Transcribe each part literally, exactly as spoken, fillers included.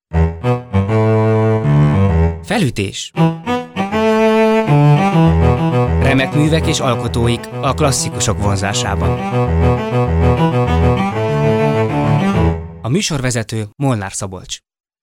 Felütés. Remek művek és alkotóik a klasszikusok vonzásában. A műsorvezető Molnár Szabolcs.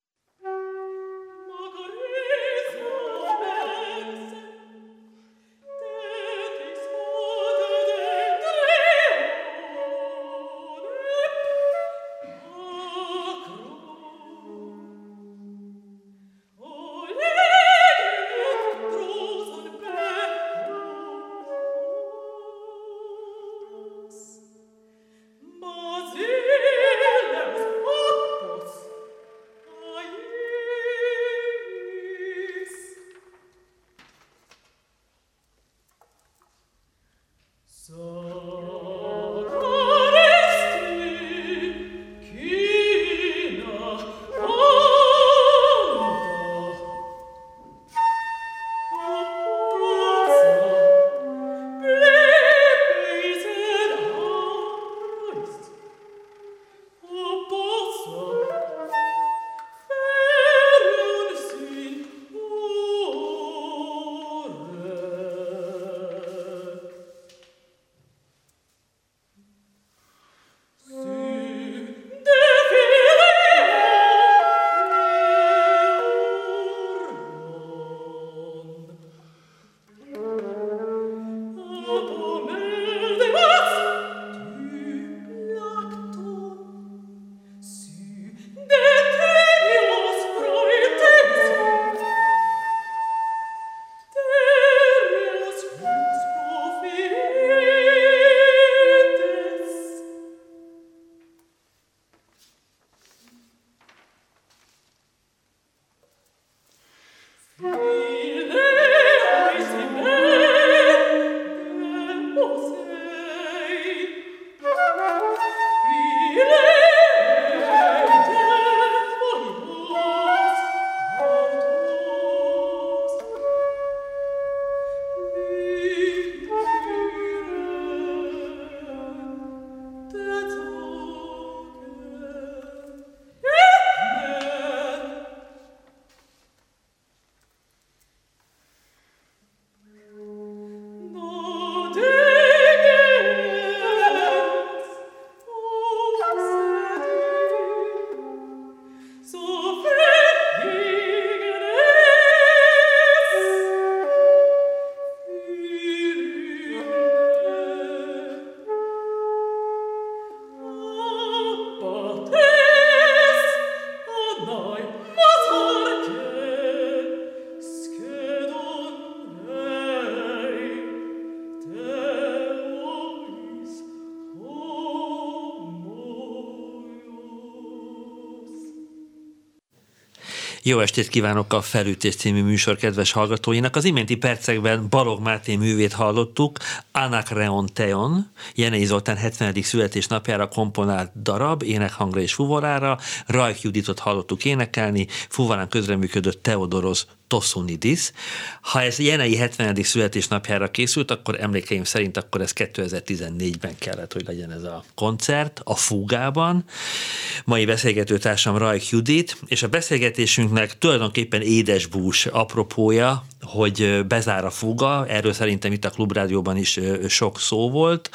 Jó estét kívánok a Felütés című műsor kedves hallgatóinak. Az iménti percekben Balogh Máté művét hallottuk, Anakreon Theon, Jenei Zoltán hetvenedik születésnapjára komponált darab, énekhangra és fuvarára, Rajk Juditot hallottuk énekelni, fuvarán közreműködött Theodoros Tosunidis. Ha ez Jenei hetvenedik születésnapjára készült, akkor emlékeim szerint akkor ez kétezer-tizennégyben kellett, hogy legyen ez a koncert, a Fúgában. Mai beszélgetőtársam Rajk Judit, és a beszélgetésünknek tulajdonképpen édesbús apropója, hogy bezár a Fúga, erről szerintem itt a Klubrádióban is sok szó volt.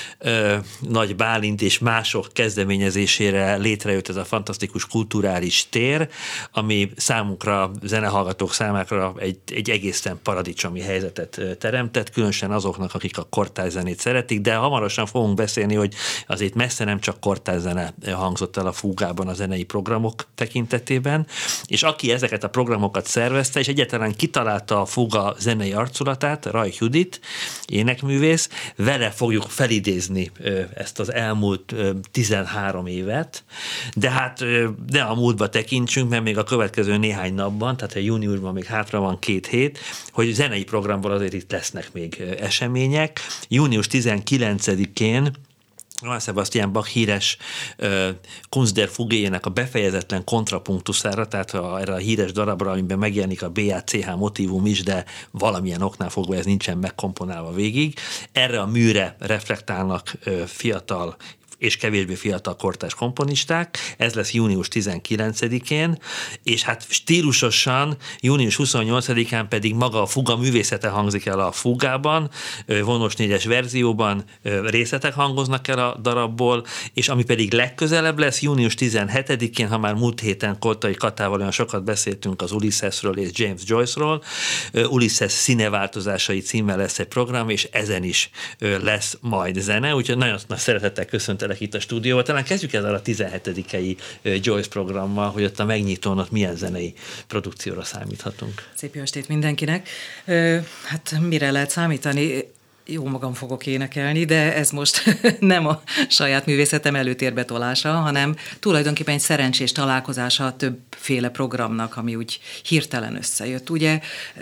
Nagy Bálint és mások kezdeményezésére létrejött ez a fantasztikus kulturális tér, ami számunkra, zenehallgatók számára egy, egy egészen paradicsomi helyzetet teremtett, különösen azoknak, akik a kortárs zenét szeretik, de hamarosan fogunk beszélni, hogy azért messze nem csak kortárs zene hangzott el a Fúgában a zenei programok tekintetében, és aki ezeket a programokat szervezte, és egyáltalán kitalálta a Fúga zenei arculatát, Rajk Judit, énekművész, vele fogjuk felidézni ezt az elmúlt tizenhárom évet, de hát ne a múltba tekintsünk, mert még a következő néhány napban, tehát a júniusban még hátra van két hét, hogy zenei programból azért itt lesznek még események. június tizenkilencedikén Johann Sebastian Bach híres uh, Kunst der Fugéjének a befejezetlen kontrapunktuszára, tehát a, erre a híres darabra, amiben megjelenik a bé á cé há motívum is, de valamilyen oknál fogva ez nincsen megkomponálva végig. Erre a műre reflektálnak uh, fiatal és kevésbé fiatal kortárs komponisták, ez lesz június tizenkilencedikén, és hát stílusosan június huszonnyolcadikán pedig maga a fuga művészete hangzik el a fugában, vonós négyes verzióban részletek hangoznak el a darabból, és ami pedig legközelebb lesz, június tizenhetedikén, ha már múlt héten Koltai Katával olyan sokat beszéltünk az Ulyssesről és James Joyce-ról, Ulysses színeváltozásai címmel lesz egy program, és ezen is lesz majd zene, úgyhogy nagyon nagy szeretettel köszöntelek itt a stúdióban. Talán kezdjük ezzel a tizenhetedikei Joyce programmal, hogy ott a megnyitón ott milyen zenei produkcióra számíthatunk. Szép jó estét mindenkinek. Hát mire lehet számítani? Jó magam fogok énekelni, de ez most nem a saját művészetem előtérbe tolása, hanem tulajdonképpen egy szerencsés találkozása többféle programnak, ami úgy hirtelen összejött. Ugye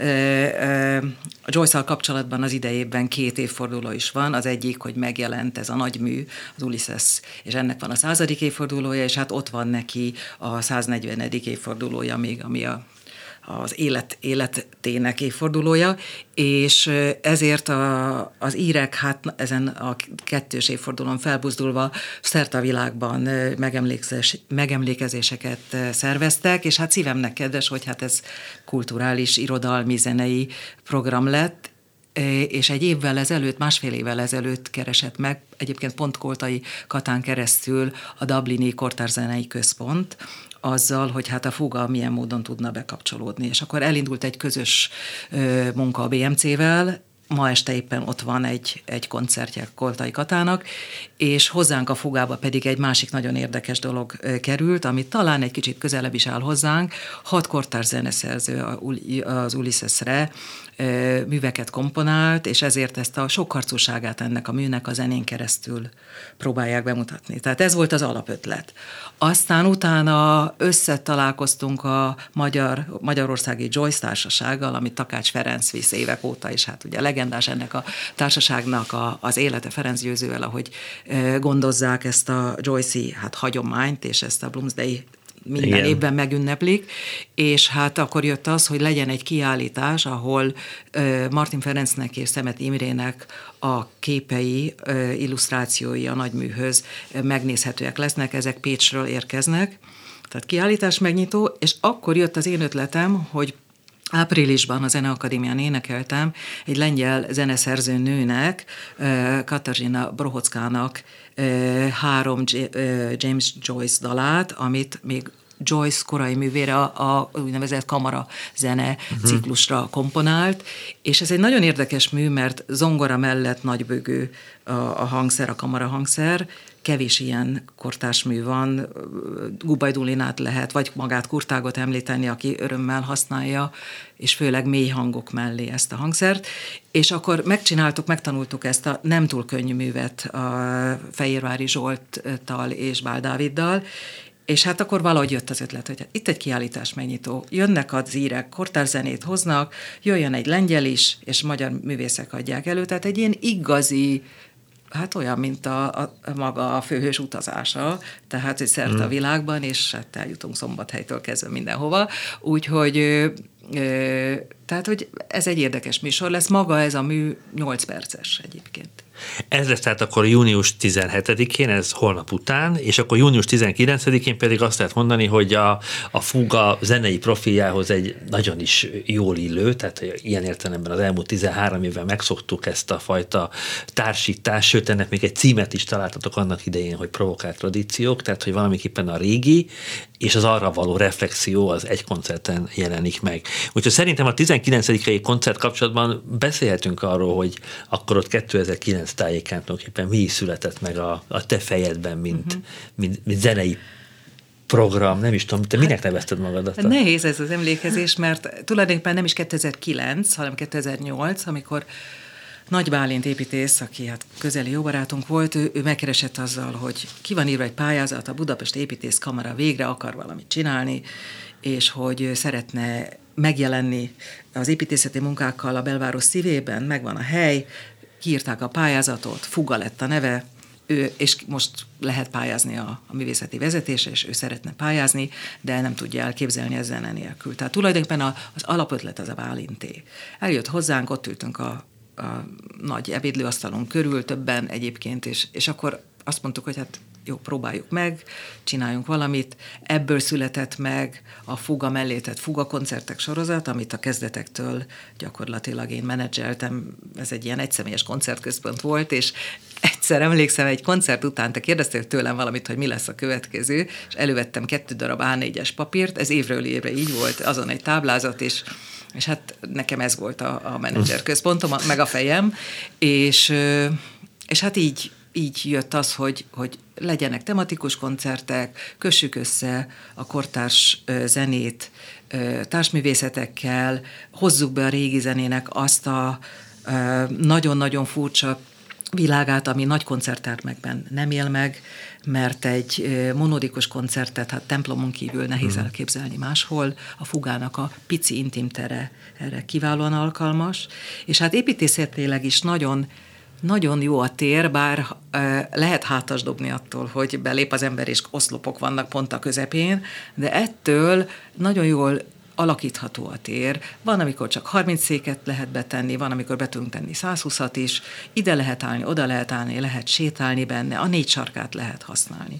a Joyce-szal kapcsolatban az idejében két évforduló is van, az egyik, hogy megjelent ez a nagymű, az Ulysses, és ennek van a századik évfordulója, és hát ott van neki a száznegyvenedik évfordulója még, ami a az élet, életének évfordulója, és ezért a, az írek hát ezen a kettős évfordulón felbuzdulva szerte a világban megemlékezés, megemlékezéseket szerveztek, és hát szívemnek kedves, hogy hát ez kulturális, irodalmi, zenei program lett, és egy évvel ezelőtt, másfél évvel ezelőtt keresett meg, egyébként pont Koltai Katán keresztül a Dublini Kortárszenei Központ, azzal, hogy hát a fuga milyen módon tudna bekapcsolódni. És akkor elindult egy közös ö, munka a bé em cé-vel, ma este éppen ott van egy, egy koncertje Koltai Katának, és hozzánk a fugába pedig egy másik nagyon érdekes dolog ö, került, ami talán egy kicsit közelebb is áll hozzánk. Hat kortárs zeneszerző az Ulyssesre ö, műveket komponált, és ezért ezt a sokarcúságát ennek a műnek a zenén keresztül próbálják bemutatni. Tehát ez volt az alapötlet. Aztán utána összetalálkoztunk a Magyar, Magyarországi Joyce Társasággal, amit Takács Ferenc visz évek óta, és hát ugye legendás ennek a társaságnak a, az élete Ferenc Győzővel, ahogy e, gondozzák ezt a Joyce-i hát, hagyományt, és ezt a Bloomsday minden Igen. évben megünneplik, és hát akkor jött az, hogy legyen egy kiállítás, ahol uh, Martin Ferencnek és Szemet Imrének a képei, uh, illusztrációi a nagyműhöz uh, megnézhetőek lesznek, ezek Pécsről érkeznek, tehát kiállítás megnyitó, és akkor jött az én ötletem, hogy áprilisban a Zeneakadémián énekeltem egy lengyel zeneszerző nőnek, Katarzyna Brohockának három James Joyce dalát, amit még Joyce korai művére a, a úgynevezett kamara zene uh-huh. ciklusra komponált, és ez egy nagyon érdekes mű, mert zongora mellett nagybögő a, a hangszer, a kamara hangszer, kevés ilyen kortársmű van, Gubaj Dulinát lehet, vagy magát Kurtágot említeni, aki örömmel használja, és főleg mély hangok mellé ezt a hangszert, és akkor megcsináltuk, megtanultuk ezt a nem túl könnyű művet a Fehérvári Zsolttal és Bál Dáviddal, és hát akkor valahogy jött az ötlet, hogy itt egy kiállítás megnyitó, jönnek az írek, kortárszenét hoznak, jöjjön egy lengyel is, és magyar művészek adják elő, tehát egy ilyen igazi, hát olyan, mint a, a, a maga a főhős utazása, tehát, hogy szerte a világban, és hát eljutunk Szombathelytől kezdve mindenhova, úgyhogy ö, ö, tehát, hogy ez egy érdekes műsor lesz, maga ez a mű nyolc perces egyébként. Ez lesz tehát akkor június tizenhetedikén, ez holnap után, és akkor június tizenkilencedikén pedig azt lehet mondani, hogy a, a fuga zenei profiljához egy nagyon is jól illő, tehát ilyen értelemben az elmúlt tizenhárom évben megszoktuk ezt a fajta társítást, sőt ennek még egy címet is találtatok annak idején, hogy provokált tradíciók, tehát hogy valamiképpen a régi és az arra való reflexió az egy koncerten jelenik meg. Úgyhogy szerintem a tizenkilencedikei koncert kapcsolatban beszélhetünk arról, hogy akkor ott kétezer-kilenc tájékán tulajdonképpen mi is született meg a, a te fejedben, mint, uh-huh. mint, mint zenei program, nem is tudom, te minek nevezted magadat? Hát nehéz ez az emlékezés, mert tulajdonképpen nem is kétezer-kilenc, hanem kétezer-nyolc, amikor Nagy Bálint építész, aki hát közeli jó barátunk volt, ő, ő megkeresett azzal, hogy ki van írva egy pályázat, a Budapest Építészkamara végre akar valamit csinálni, és hogy szeretne megjelenni az építészeti munkákkal a belváros szívében, megvan a hely, kiírták a pályázatot, Fuga lett a neve, ő, és most lehet pályázni a, a művészeti vezetése, és ő szeretne pályázni, de nem tudja elképzelni ez zene nélkül. Tehát tulajdonképpen a, az alapötlet az a Bálinté. Eljött hozzánk, ott ültünk a, a nagy ebédlőasztalon körül, többen egyébként, és, és akkor azt mondtuk, hogy hát jó, próbáljuk meg, csináljunk valamit. Ebből született meg a Fuga mellé tett Fuga koncertek sorozat, amit a kezdetektől gyakorlatilag én menedzseltem. Ez egy ilyen egyszemélyes koncertközpont volt, és egyszer emlékszem, egy koncert után te kérdeztél tőlem valamit, hogy mi lesz a következő, és elővettem kettő darab á négyes papírt, ez évről évre így volt, azon egy táblázat, és, és hát nekem ez volt a, a menedzser központom, meg a fejem, és, és hát így, így jött az, hogy, hogy legyenek tematikus koncertek, kössük össze a kortárs zenét társművészetekkel, hozzuk be a régi zenének azt a nagyon-nagyon furcsa világát, ami nagy koncerttermekben nem él meg, mert egy monodikus koncertet, hát templomon kívül nehéz mm. elképzelni máshol, a Fugának a pici intim tere erre kiválóan alkalmas, és hát építészetileg is nagyon nagyon jó a tér, bár e, lehet hátas dobni attól, hogy belép az ember, és oszlopok vannak pont a közepén, de ettől nagyon jól alakítható a tér. Van, amikor csak harminc széket lehet betenni, van, amikor be tudunk tenni száz húszat is, ide lehet állni, oda lehet állni, lehet sétálni benne, a négy sarkát lehet használni.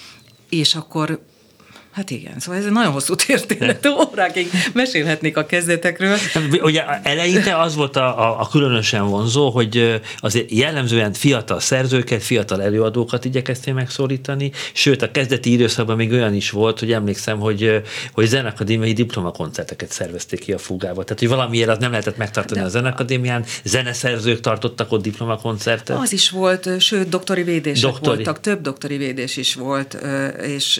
És akkor hát igen, szóval ez egy nagyon hosszú történet, órákig mesélhetnék a kezdetekről. Ugye eleinte az volt a, a, a különösen vonzó, hogy azért jellemzően fiatal szerzőket, fiatal előadókat igyekeztél megszólítani, sőt a kezdeti időszakban még olyan is volt, hogy emlékszem, hogy, hogy zenakadémiai diplomakoncerteket szervezték ki a Fugába. Tehát, hogy valamiért az nem lehetett megtartani de a zenakadémián, zeneszerzők tartottak ott diplomakoncertet. Az is volt, sőt, doktori védések doktori. voltak, több doktori védés is volt, és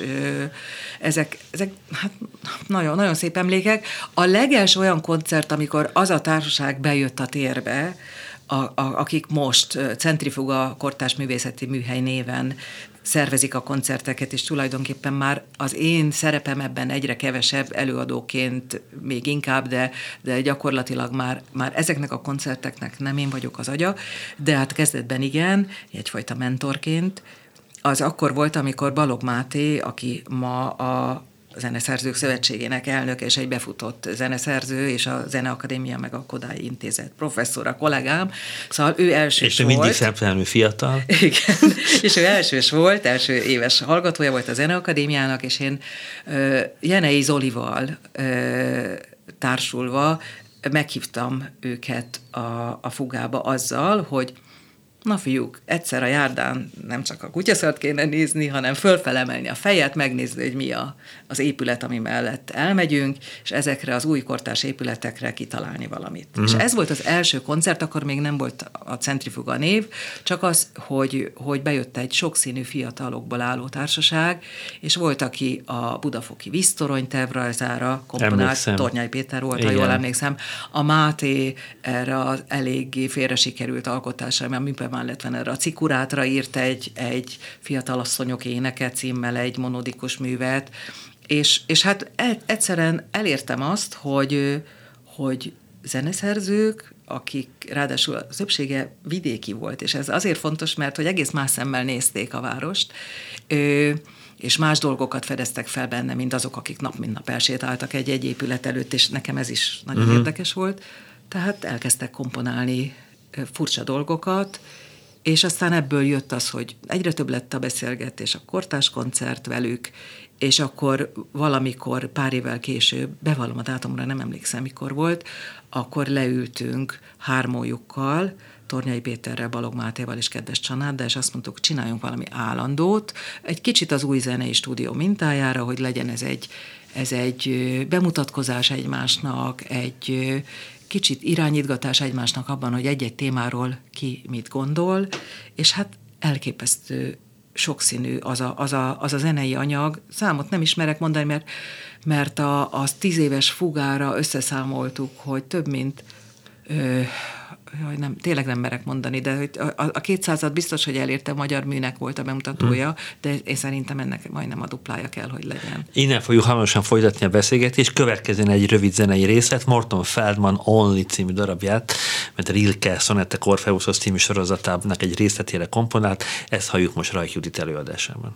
Ezek, ezek hát nagyon, nagyon szép emlékek. A legelső olyan koncert, amikor az a társaság bejött a térbe, a, a, akik most Centrifuga Kortárs Művészeti Műhely néven szervezik a koncerteket, és tulajdonképpen már az én szerepem ebben egyre kevesebb, előadóként még inkább, de, de gyakorlatilag már, már ezeknek a koncerteknek nem én vagyok az agya, de hát kezdetben igen, egyfajta mentorként. Az akkor volt, amikor Balogh Máté, aki ma a Zeneszerzők Szövetségének elnöke és egy befutott zeneszerző, és a Zeneakadémia meg a Kodály Intézet professzora, kollégám, szóval ő elsős és volt. És mindig szemtelenül fiatal. Igen, és ő elsős volt, első éves hallgatója volt a Zeneakadémiának, és én uh, Jenei Zolival uh, társulva meghívtam őket a, a Fugába azzal, hogy na fiúk, egyszer a járdán nem csak a kutyaszart kéne nézni, hanem fölfelemelni a fejet, megnézni, hogy mi a, az épület, ami mellett elmegyünk, és ezekre az új kortárs épületekre kitalálni valamit. Uh-huh. És ez volt az első koncert, akkor még nem volt a Centrifuga név, csak az, hogy, hogy bejött egy sokszínű fiatalokból álló társaság, és volt, aki a budafoki víztorony tervrajzára komponált, Tornyai Péter volt, igen, ha jól emlékszem, a Máté erre az eléggé félre sikerült alkotásra, mert már lett van erre a Cikurátra írt egy, egy Fiatalasszonyok éneke címmel egy monodikus művet, és, és hát egyszerűen elértem azt, hogy, hogy zeneszerzők, akik ráadásul a többsége vidéki volt, és ez azért fontos, mert hogy egész más szemmel nézték a várost, és más dolgokat fedeztek fel benne, mint azok, akik nap mint nap elsétáltak egy-egy épület előtt, és nekem ez is nagyon uh-huh. érdekes volt. Tehát elkezdtek komponálni furcsa dolgokat, és aztán ebből jött az, hogy egyre több lett a beszélgetés, a kortárs koncert velük, és akkor valamikor pár évvel később, bevallom a dátumra, nem emlékszem, mikor volt, akkor leültünk hármójukkal, Tornyai Péterrel, Balogh Mátéval és Kedves Csanáddal, és azt mondtuk, csináljunk valami állandót, egy kicsit az új zenei stúdió mintájára, hogy legyen ez egy, ez egy bemutatkozás egymásnak, egy kicsit irányítgatás egymásnak abban, hogy egy-egy témáról ki mit gondol, és hát elképesztő sokszínű az a, az a, az a zenei anyag. Számot nem ismerek mondani, mert, mert a, a tíz éves Fugára összeszámoltuk, hogy több mint ö, jaj, nem, tényleg nem merek mondani, de a, a kétszázat biztos, hogy elérte, magyar műnek volt a bemutatója, hmm. de én szerintem ennek majdnem a duplája kell, hogy legyen. Innen fogjuk hamarosan folytatni a beszélgetést, következzen egy rövid zenei részlet, Morton Feldman Only című darabját, mert a Rilke Sonette Orpheushoz című sorozatának egy részletére komponált, ezt halljuk most Rajk Judit előadásában.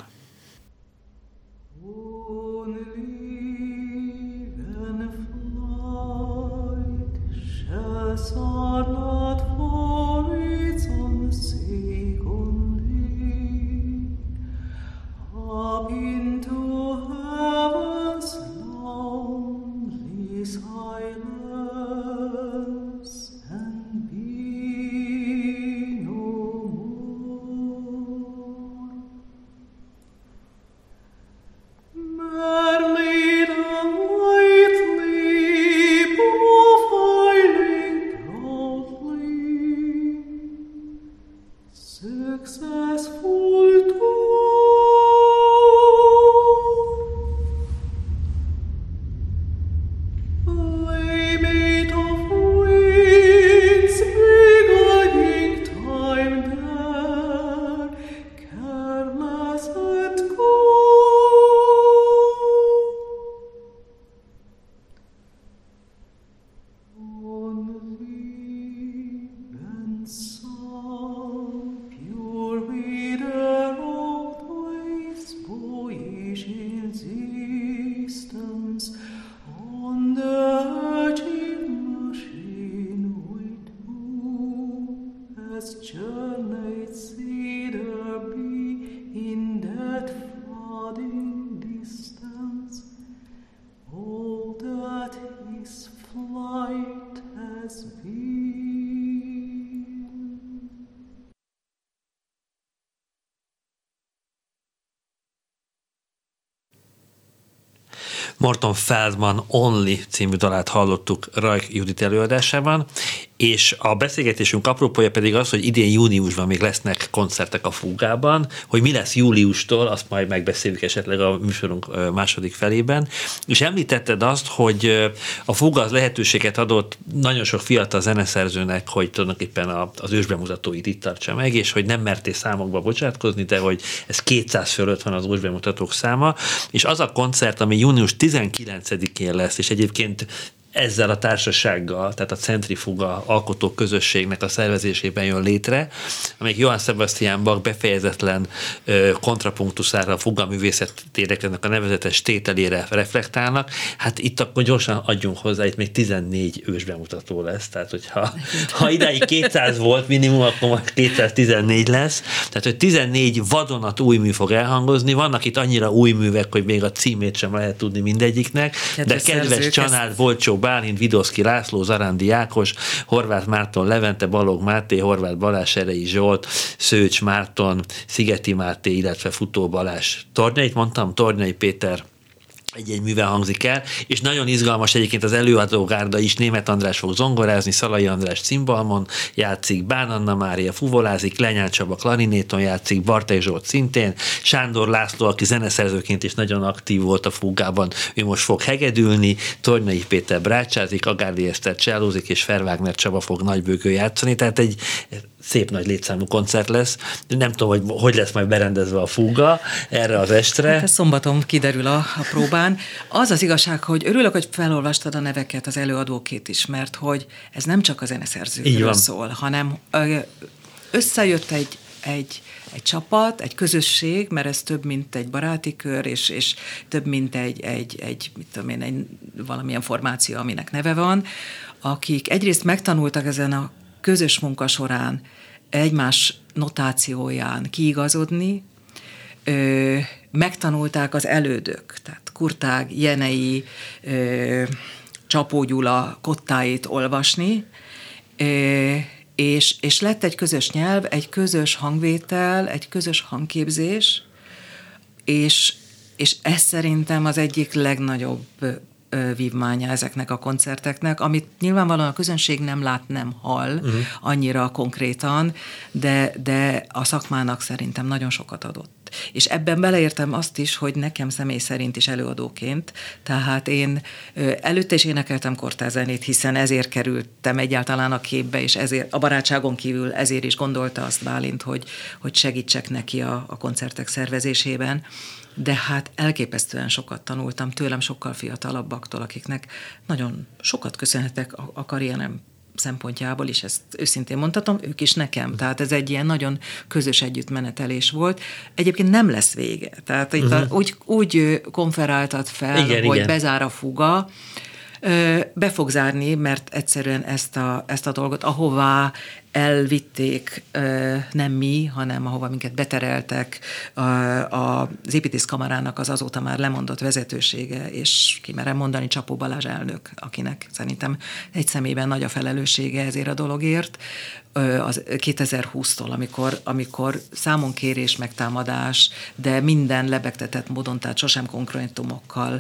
Morton Feldman Only című dalát hallottuk Rajk Judit előadásában, és a beszélgetésünk apropója pedig az, hogy idén júniusban még lesznek koncertek a Fúgában, hogy mi lesz júliustól, azt majd megbeszéljük esetleg a műsorunk második felében, és említetted azt, hogy a Fúga az lehetőséget adott nagyon sok fiatal zeneszerzőnek, hogy tulajdonképpen az ősbemutatóit itt tartsa meg, és hogy nem mertél számokba bocsátkozni, de hogy ez kétszáz fölött van az ősbemutatók száma, és az a koncert, ami június tizenkilencedikén lesz, és egyébként ezzel a társasággal, tehát a Centrifuga alkotó közösségnek a szervezésében jön létre, amelyik Johann Sebastian Bach befejezetlen ö, kontrapunktuszára, a fugaművészetének ennek a nevezetes tételére reflektálnak. Hát itt akkor gyorsan adjunk hozzá, itt még tizennégy ősbemutató lesz, tehát hogyha ha idáig kétszáz volt minimum, akkor majd kétszáztizennégy lesz. Tehát, hogy tizennégy vadonat új mű fog elhangozni, vannak itt annyira új művek, hogy még a címét sem lehet tudni mindegyiknek, kedves de kedves Csanád, ezt... Volcsó Bálint, Vidoszki László, Zarándi Ákos, Horváth Márton Levente, Balogh Máté, Horváth Balázs, Erei Zsolt, Szőcs Márton, Szigeti Máté, illetve Futó Balázs. Tornyait mondtam, Tornyai Péter egy-egy művel hangzik el, és nagyon izgalmas egyébként az előadógárda is, Németh András fog zongorázni, Szalai András cimbalmon játszik, Bán Anna Mária fuvolázik, Lenyán Csaba klarinéton játszik, Bartek Zsolt szintén, Sándor László, aki zeneszerzőként is nagyon aktív volt a Fúgában, ő most fog hegedülni, Tornyai Péter brácsázik, Agárdi Eszter csellózik, és Fervágner Csaba fog nagybőgő játszani, tehát egy szép nagy létszámú koncert lesz. Nem tudom, hogy hogy lesz majd berendezve a Fúga erre az estre. Hát ez szombaton kiderül a, a próbán. Az az igazság, hogy örülök, hogy felolvastad a neveket az előadókét is, mert hogy ez nem csak a zeneszerzőkről szól, hanem összejött egy, egy, egy csapat, egy közösség, mert ez több, mint egy baráti kör, és, és több, mint egy, egy, egy, mit tudom én, egy valamilyen formáció, aminek neve van, akik egyrészt megtanultak ezen a közös munka során egymás notációján kiigazodni, ö, megtanulták az elődök, tehát Kurtág, Jenei, ö, Csapó Gyula kottáit olvasni, ö, és, és lett egy közös nyelv, egy közös hangvétel, egy közös hangképzés, és, és ez szerintem az egyik legnagyobb vívmánya ezeknek a koncerteknek, amit nyilvánvalóan a közönség nem lát, nem hall uh-huh. annyira konkrétan, de, de a szakmának szerintem nagyon sokat adott. És ebben beleértem azt is, hogy nekem személy szerint is előadóként, tehát én előtte is énekeltem kortárzenét, hiszen ezért kerültem egyáltalán a képbe, és ezért a barátságon kívül ezért is gondolta azt Bálint, hogy, hogy segítsek neki a, a koncertek szervezésében. De hát elképesztően sokat tanultam tőlem sokkal fiatalabbaktól, akiknek nagyon sokat köszönhetek a, a karrierem szempontjából is, ezt őszintén mondhatom, ők is nekem. Tehát ez egy ilyen nagyon közös együttmenetelés volt. Egyébként nem lesz vége. Tehát itt uh-huh. a, úgy, úgy konferáltad fel, igen, hogy igen. bezár a Fúga, be fog zárni, mert egyszerűen ezt a, ezt a dolgot, ahová elvitték, nem mi, hanem ahova minket betereltek az építészkamarának az azóta már lemondott vezetősége, és ki merem mondani, Csapó Balázs elnök, akinek szerintem egy személyben nagy a felelőssége ezért a dologért, az kétezer-húsztól, amikor, amikor számonkérés, megtámadás, de minden lebegtetett módon, tehát sosem konkrétumokkal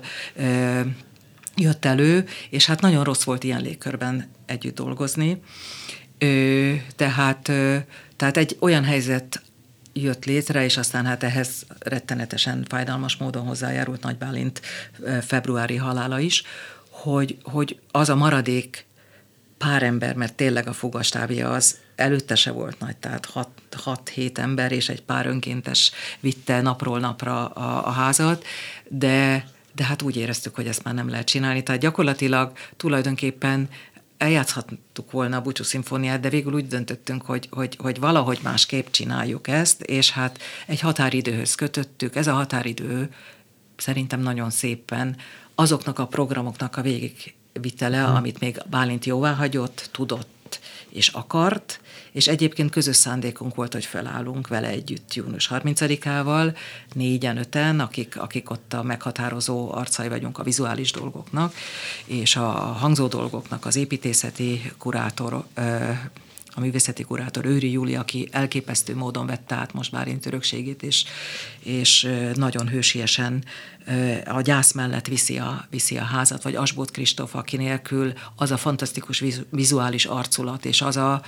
jött elő, és hát nagyon rossz volt ilyen légkörben együtt dolgozni. Ö, tehát, ö, tehát egy olyan helyzet jött létre, és aztán hát ehhez rettenetesen fájdalmas módon hozzájárult Nagy Bálint februári halála is, hogy, hogy az a maradék pár ember, mert tényleg a Fugastábja az előtte se volt nagy, tehát hat-hét ember, és egy pár önkéntes vitte napról napra a, a házat, de de hát úgy éreztük, hogy ezt már nem lehet csinálni. Tehát gyakorlatilag tulajdonképpen eljátszhattuk volna a Búcsú szimfóniát, de végül úgy döntöttünk, hogy, hogy, hogy valahogy másképp csináljuk ezt, és hát egy határidőhöz kötöttük. Ez a határidő szerintem nagyon szépen azoknak a programoknak a végigvitele, hmm. amit még Bálint jóvá hagyott, tudott és akart, és egyébként közös szándékunk volt, hogy felállunk vele együtt június harmincadikával, négyen, öten, akik, akik ott a meghatározó arcai vagyunk a vizuális dolgoknak, és a hangzó dolgoknak az építészeti kurátor, a művészeti kurátor Őri Júlia, aki elképesztő módon vette át most Bálint örökségét, és, és nagyon hősiesen a gyász mellett viszi a, viszi a házat, vagy Asbóth Kristóf, aki nélkül az a fantasztikus vizuális arculat, és az a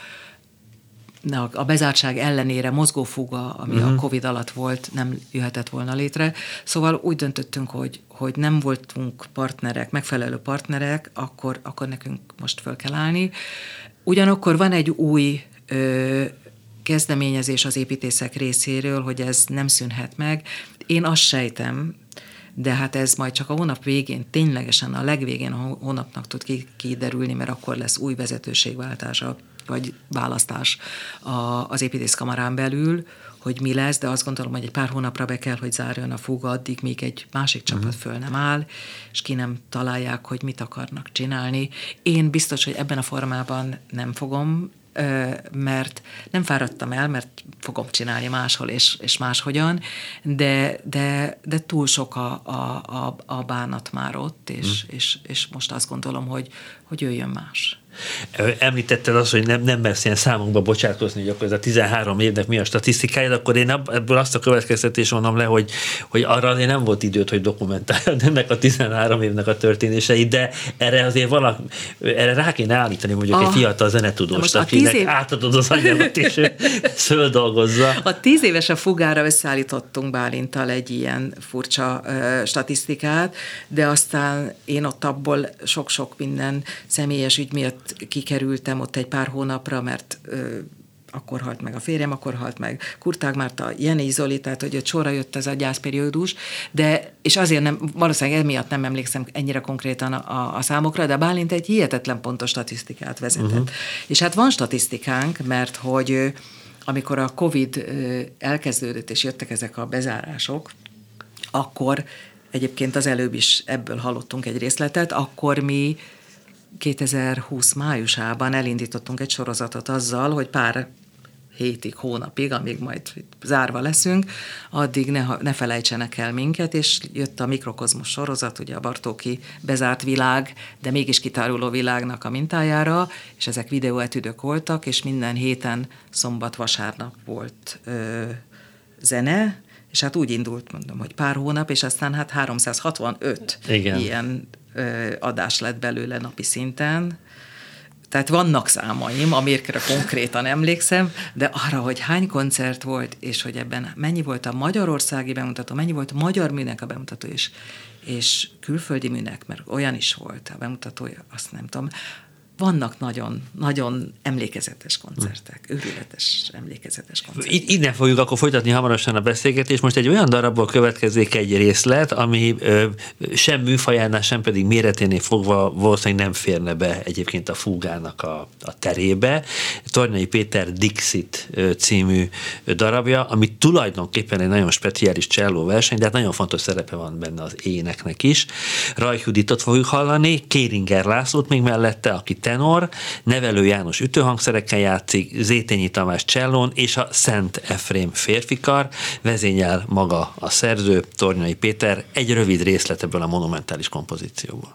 a bezártság ellenére mozgófuga, ami uh-huh. a Covid alatt volt, nem jöhetett volna létre. Szóval úgy döntöttünk, hogy, hogy nem voltunk partnerek, megfelelő partnerek, akkor, akkor nekünk most föl kell állni. Ugyanakkor van egy új ö, kezdeményezés az építészek részéről, hogy ez nem szűnhet meg. Én azt sejtem, de hát ez majd csak a hónap végén, ténylegesen a legvégén a hónapnak tud kiderülni, mert akkor lesz új vezetőségváltása, vagy választás az építészkamarán belül, hogy mi lesz, de azt gondolom, hogy egy pár hónapra be kell, hogy zárjon a fuga addig, míg egy másik csapat uh-huh. föl nem áll, és ki nem találják, hogy mit akarnak csinálni. Én biztos, hogy ebben a formában nem fogom, mert nem fáradtam el, mert fogom csinálni máshol és, és máshogyan, de, de, de túl sok a, a, a bánat már ott, és, hmm. és, és most azt gondolom, hogy, hogy jöjjön más. Említetted azt, hogy nem, nem mersz ilyen számokba bocsátkozni, hogy akkor ez a tizenhárom évnek mi a statisztikája, akkor én ebből azt a következtetést vonom le, hogy, hogy arra azért nem volt időt, hogy dokumentáljad ennek a tizenhárom évnek a történéseit, de erre azért valaki, erre rá kéne állítani mondjuk a, egy fiatal zenetudóst, akinek év... átadod az anyagot, és ő földolgozza. A tíz éves a fugára összeállítottunk Bálinttal egy ilyen furcsa uh, statisztikát, de aztán én ott abból sok-sok minden személyes ügy miatt kikerültem ott egy pár hónapra, mert ö, akkor halt meg a férjem, akkor halt meg Kurtág Márta, Jenei Zoli, tehát hogy ott sorra jött ez a gyászperiódus, de, és azért nem, valószínűleg emiatt nem emlékszem ennyire konkrétan a, a számokra, de Bálint egy hihetetlen pontos statisztikát vezetett. Uh-huh. És hát van statisztikánk, mert hogy amikor a Covid elkezdődött, és jöttek ezek a bezárások, akkor egyébként az előbb is ebből hallottunk egy részletet, akkor mi kétezer-húsz májusában elindítottunk egy sorozatot azzal, hogy pár hétig, hónapig, amíg majd zárva leszünk, addig ne, ne felejtsenek el minket, és jött a Mikrokozmos sorozat, ugye a Bartóki bezárt világ, de mégis kitáruló világnak a mintájára, és ezek videóetüdök voltak, és minden héten szombat-vasárnap volt ö, zene, és hát úgy indult, mondom, hogy pár hónap, és aztán hát háromszázhatvanöt Igen. ilyen adás lett belőle napi szinten. Tehát vannak számaim, amikre konkrétan emlékszem, de arra, hogy hány koncert volt, és hogy ebben mennyi volt a magyarországi bemutató, mennyi volt a magyar műnek a bemutató, és, és külföldi műnek, mert olyan is volt a bemutatója, azt nem tudom. Vannak nagyon, nagyon emlékezetes koncertek, őrületes emlékezetes koncertek. Innen fogjuk akkor folytatni hamarosan a beszélgetést. Most egy olyan darabból következik egy részlet, ami ö, sem műfajánál, sem pedig méreténél fogva valószínűleg nem férne be egyébként a fúgának a, a terébe. Tornyai Péter Dixit című darabja, ami tulajdonképpen egy nagyon speciális cselló verseny, de hát nagyon fontos szerepe van benne az éneknek is. Rajk Juditot fogjuk hallani, Kéringer Lászlót még mellette, aki tenor, Nevelő János ütőhangszerekkel játszik, Zétényi Tamás csellón, és a Szent Efrém férfikar, vezényel maga a szerző, Tornyai Péter, egy rövid részlet ebből a monumentális kompozícióból.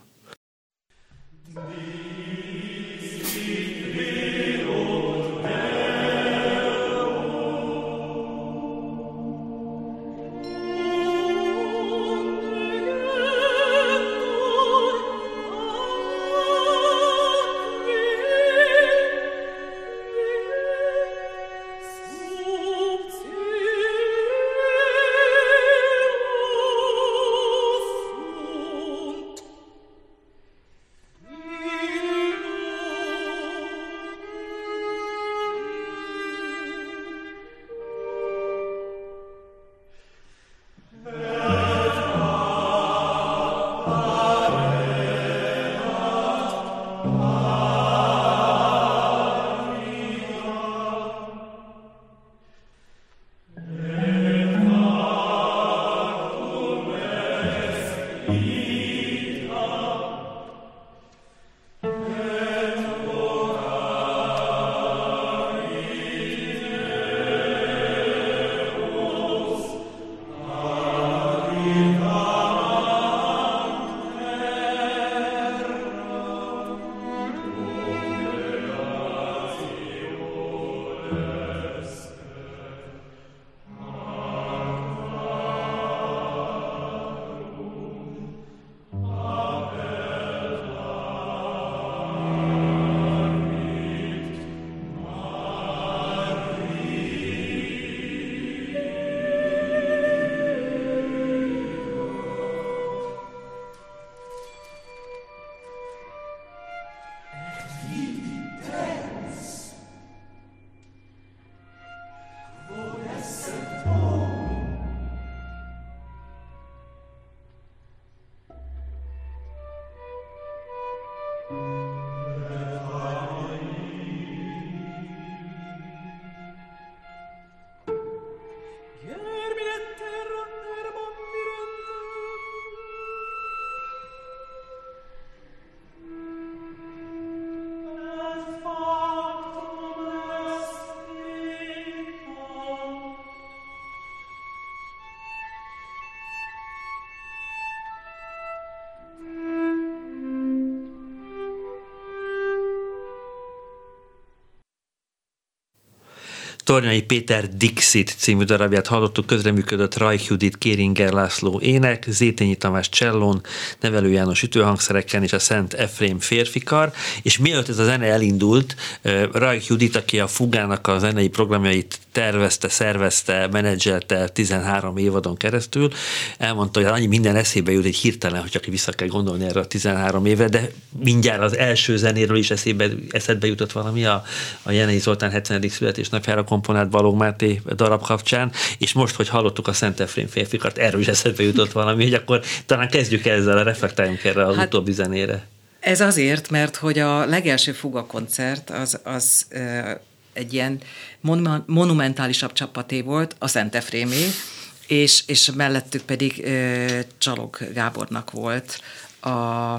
Tornyai Péter Dixit című darabját hallottuk, közreműködött Rajk Judit, Kéringer László ének, Zétényi Tamás csellón, Nevelő János ütőhangszereken és a Szent Efrém férfikar, és mielőtt ez a zene elindult, Rajk Judit, aki a Fugának a zenei programjait tervezte, szervezte, menedzselte tizenhárom évadon keresztül, elmondta, hogy annyi minden eszébe jut, egy hirtelen, hogy csak vissza kell gondolni erre a tizenhárom évre, de mindjárt az első zenéről is eszébe, eszedbe jutott valami a, a Jenei Zoltán hetvenedik születésnapjára komponált Balogh Máté darab kapcsán, és most, hogy hallottuk a Szent Efrém férfikart, erről is eszedbe jutott valami, hogy akkor talán kezdjük ezzel, reflektáljunk erre az hát, utóbbi zenére. Ez azért, mert hogy a legelső Fuga koncert az, az e, egy ilyen mon- monumentálisabb csapaté volt, a Szent Efrémé, és, és mellettük pedig e, Csalog Gábornak volt a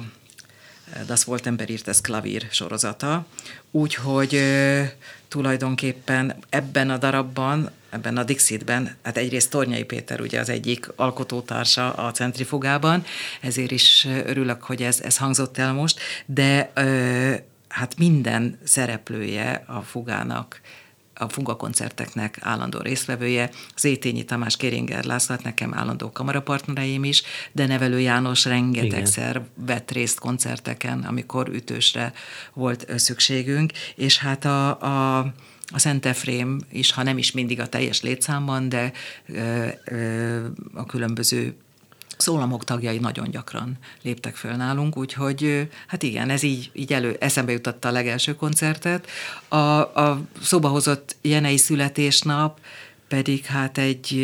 Das Woltenberg írtes klavír sorozata, úgyhogy e, tulajdonképpen ebben a darabban, ebben a Dixitben, hát egyrészt Tornyai Péter ugye az egyik alkotótársa a centrifugában, ezért is örülök, hogy ez, ez hangzott el most, de ö, hát minden szereplője a fugának, a fuga koncerteknek állandó résztvevője, Zétényi Tamás, Kéringer László, nekem állandó kamarapartnereim is, de Nevelő János rengetegszer vett részt koncerteken, amikor ütősre volt szükségünk, és hát a, a, a Szent Efrém is, ha nem is mindig a teljes létszámban, de ö, ö, a különböző szólamok tagjai nagyon gyakran léptek föl nálunk, úgyhogy hát igen, ez így, így elő, eszembe jutotta a legelső koncertet. A, a szóba hozott Jenei születésnap pedig hát egy,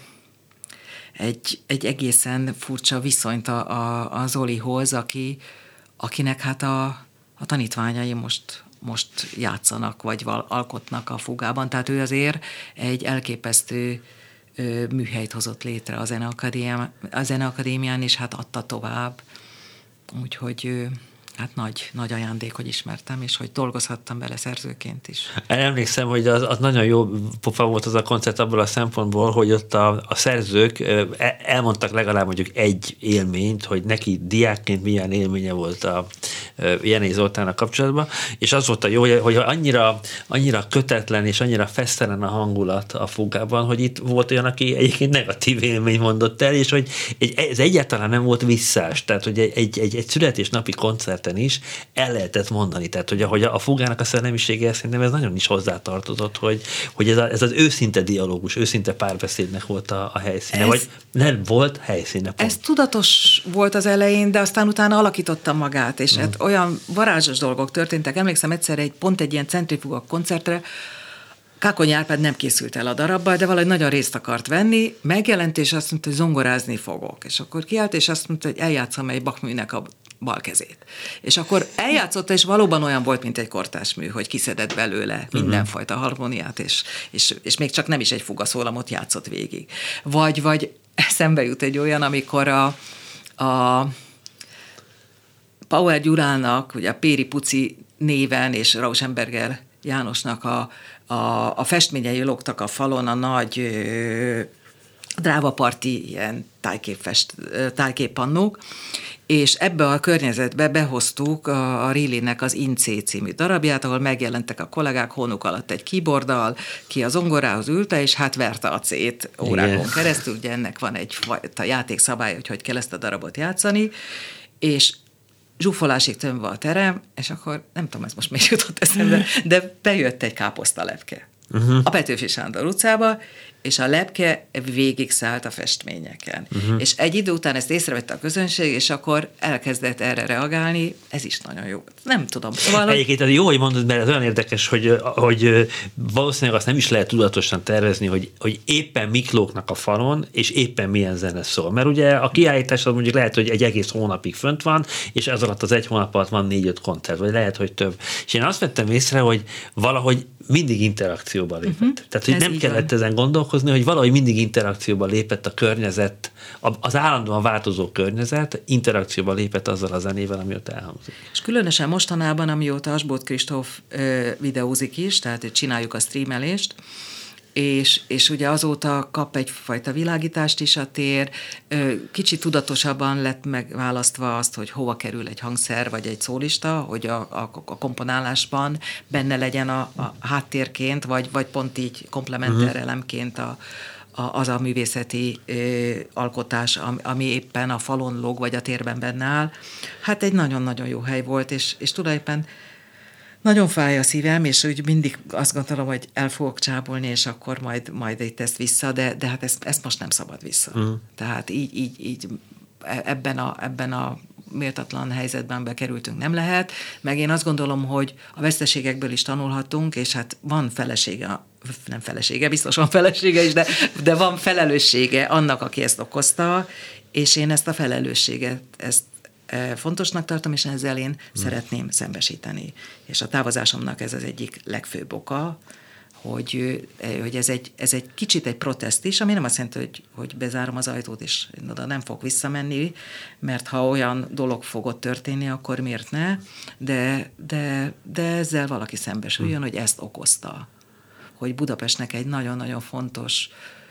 egy, egy egészen furcsa viszonyt a, a, a Zolihoz, aki, akinek hát a, a tanítványai most most játszanak, vagy val, alkotnak a fugában, tehát ő azért egy elképesztő műhelyt hozott létre a Zeneakadémián, a Zeneakadémián, és hát adta tovább. Úgyhogy hát nagy, nagy ajándék, hogy ismertem, és hogy dolgozhattam bele szerzőként is. Emlékszem, hogy az, az nagyon jó pofa volt az a koncert abból a szempontból, hogy ott a, a szerzők elmondtak legalább mondjuk egy élményt, hogy neki diákként milyen élménye volt a Jenei Zoltánnal kapcsolatban, és az volt a jó, hogy annyira, annyira kötetlen és annyira fesztelen a hangulat a fugában, hogy itt volt olyan, aki egyébként negatív élmény mondott el, és hogy egy, ez egyáltalán nem volt visszás, tehát hogy egy, egy, egy, egy születésnapi koncerten is el lehetett mondani, tehát hogy ahogy a fugának a szellemisége, szerintem ez nagyon is hozzátartozott, hogy, hogy ez, a, ez az őszinte dialógus, őszinte párbeszédnek volt a, a helyszíne, ez, vagy nem volt helyszíne. Pont. Ez tudatos volt az elején, de aztán utána alakította magát, és hmm. hát olyan varázsos dolgok történtek. Emlékszem egyszer egy, pont egy ilyen centrifuga koncertre, Kákonyi Árpád nem készült el a darabbal, de valahogy nagyon részt akart venni, megjelent, és azt mondta, hogy zongorázni fogok. És akkor kiállt, és azt mondta, hogy eljátszom egy Bach műnek a bal kezét. És akkor eljátszotta, és valóban olyan volt, mint egy kortárs mű, hogy kiszedett belőle mindenfajta harmóniát, és, és, és még csak nem is egy fugaszólamot játszott végig. Vagy, vagy eszembe jut egy olyan, amikor a, a Pauer Gyurának, ugye a Péri Puci néven, és Rauschenberger Jánosnak a, a, a festményei lógtak a falon, a nagy ö, drávaparti ilyen tájképfest, tájképpannók, és ebbe a környezetbe behoztuk a, a Rillinek az Incé című darabját, ahol megjelentek a kollégák hónuk alatt egy keyboarddal, ki a zongorához ülte, és hát verte a C-t órákon Igen. keresztül, ugye ennek van egy fajta játékszabály, hogy hogy kell ezt a darabot játszani, és zsúfolásig tömve a terem, és akkor nem tudom, ez most még jutott eszembe, de bejött egy káposztalepke uh-huh. a Petőfi Sándor utcába, és a lepke végig szállt a festményeken. Uh-huh. És egy idő után ezt észrevette a közönség, és akkor elkezdett erre reagálni, ez is nagyon jó. Nem tudom. Szóval, Egyébként az jó, hogy mondod, mert ez olyan érdekes, hogy, hogy valószínűleg azt nem is lehet tudatosan tervezni, hogy, hogy éppen mik lógnak a falon, és éppen milyen zene szól. Mert ugye a kiállítás az mondjuk lehet, hogy egy egész hónapig fönt van, és ez alatt az egy hónap alatt van négy-öt koncert, vagy lehet, hogy több. És én azt vettem észre, hogy valahogy mindig interakcióba lépett. Uh-huh. Tehát, hogy ez nem kellett van. Ezen gondolkozni, hogy valahogy mindig interakcióba lépett a környezet, az állandóan változó környezet, interakcióba lépett azzal a zenével, ami ott elhangzik. És különösen mostanában, amióta Asbóth Kristóf ö, videózik is, tehát csináljuk a streamelést, és, és ugye azóta kap egyfajta világítást is a tér, kicsit tudatosabban lett megválasztva azt, hogy hova kerül egy hangszer vagy egy szólista, hogy a, a, a komponálásban benne legyen a, a háttérként, vagy, vagy pont így komplementer uh-huh. elemként a, a, az a művészeti ö, alkotás, ami, ami éppen a falon lóg, vagy a térben benne áll. Hát egy nagyon-nagyon jó hely volt, és, és tulajdonképpen nagyon fáj a szívem, és úgy mindig azt gondolom, hogy el fogok csábolni, és akkor majd, majd itt ezt vissza, de, de hát ezt, ezt most nem szabad vissza. Uh-huh. Tehát így, így, így ebben a, ebben a méltatlan helyzetben bekerültünk, nem lehet, meg én azt gondolom, hogy a veszteségekből is tanulhatunk, és hát van felesége, nem felesége, biztos van felesége is, de, de van felelőssége annak, aki ezt okozta, és én ezt a felelősséget, ezt fontosnak tartom, és ezzel én hmm. szeretném szembesíteni. És a távozásomnak ez az egyik legfőbb oka, hogy, hogy ez, egy, ez egy kicsit egy protest is, ami nem azt jelenti, hogy, hogy bezárom az ajtót, és oda nem fog visszamenni, mert ha olyan dolog fog ott történni, akkor miért ne? De, de, de ezzel valaki szembesüljön, hmm. hogy ezt okozta. Hogy Budapestnek egy nagyon-nagyon fontos